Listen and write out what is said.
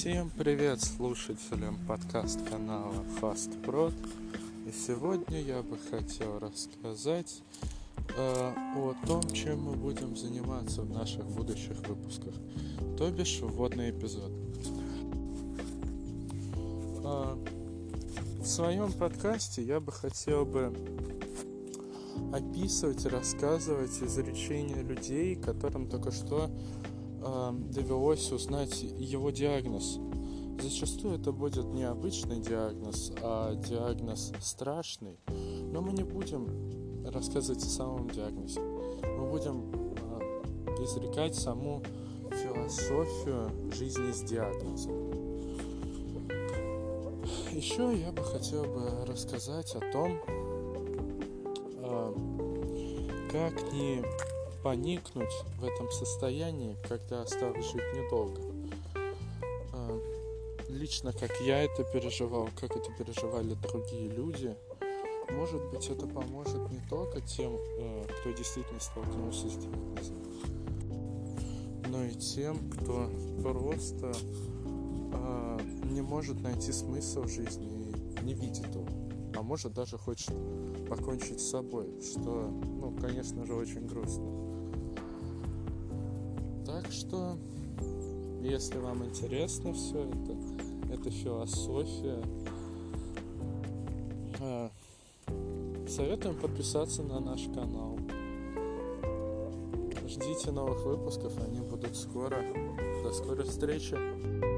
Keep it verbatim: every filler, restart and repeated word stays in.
Всем привет слушателям подкаст-канала FastProd. И сегодня я бы хотел рассказать э, о том, чем мы будем заниматься в наших будущих выпусках, то бишь вводный эпизод. Э, в своем подкасте я бы хотел бы описывать и рассказывать изречения людей, которым только что довелось узнать его диагноз. Зачастую это будет не обычный диагноз, а диагноз страшный. Но мы не будем рассказывать о самом диагнозе. Мы будем э, изрекать саму философию жизни с диагнозом. Еще я бы хотел бы рассказать о том, э, как не поникнуть в этом состоянии, когда осталось жить недолго. Лично, как я это переживал, как это переживали другие люди, может быть, это поможет не только тем, кто действительно столкнулся с диагнозом, но и тем, кто просто не может найти смысл в жизни и не видит его, а может даже хочет покончить с собой, что, ну, конечно же, очень грустно. Так что, если вам интересно все это, эта философия, э, советуем подписаться на наш канал. Ждите новых выпусков, они будут скоро. До скорой встречи!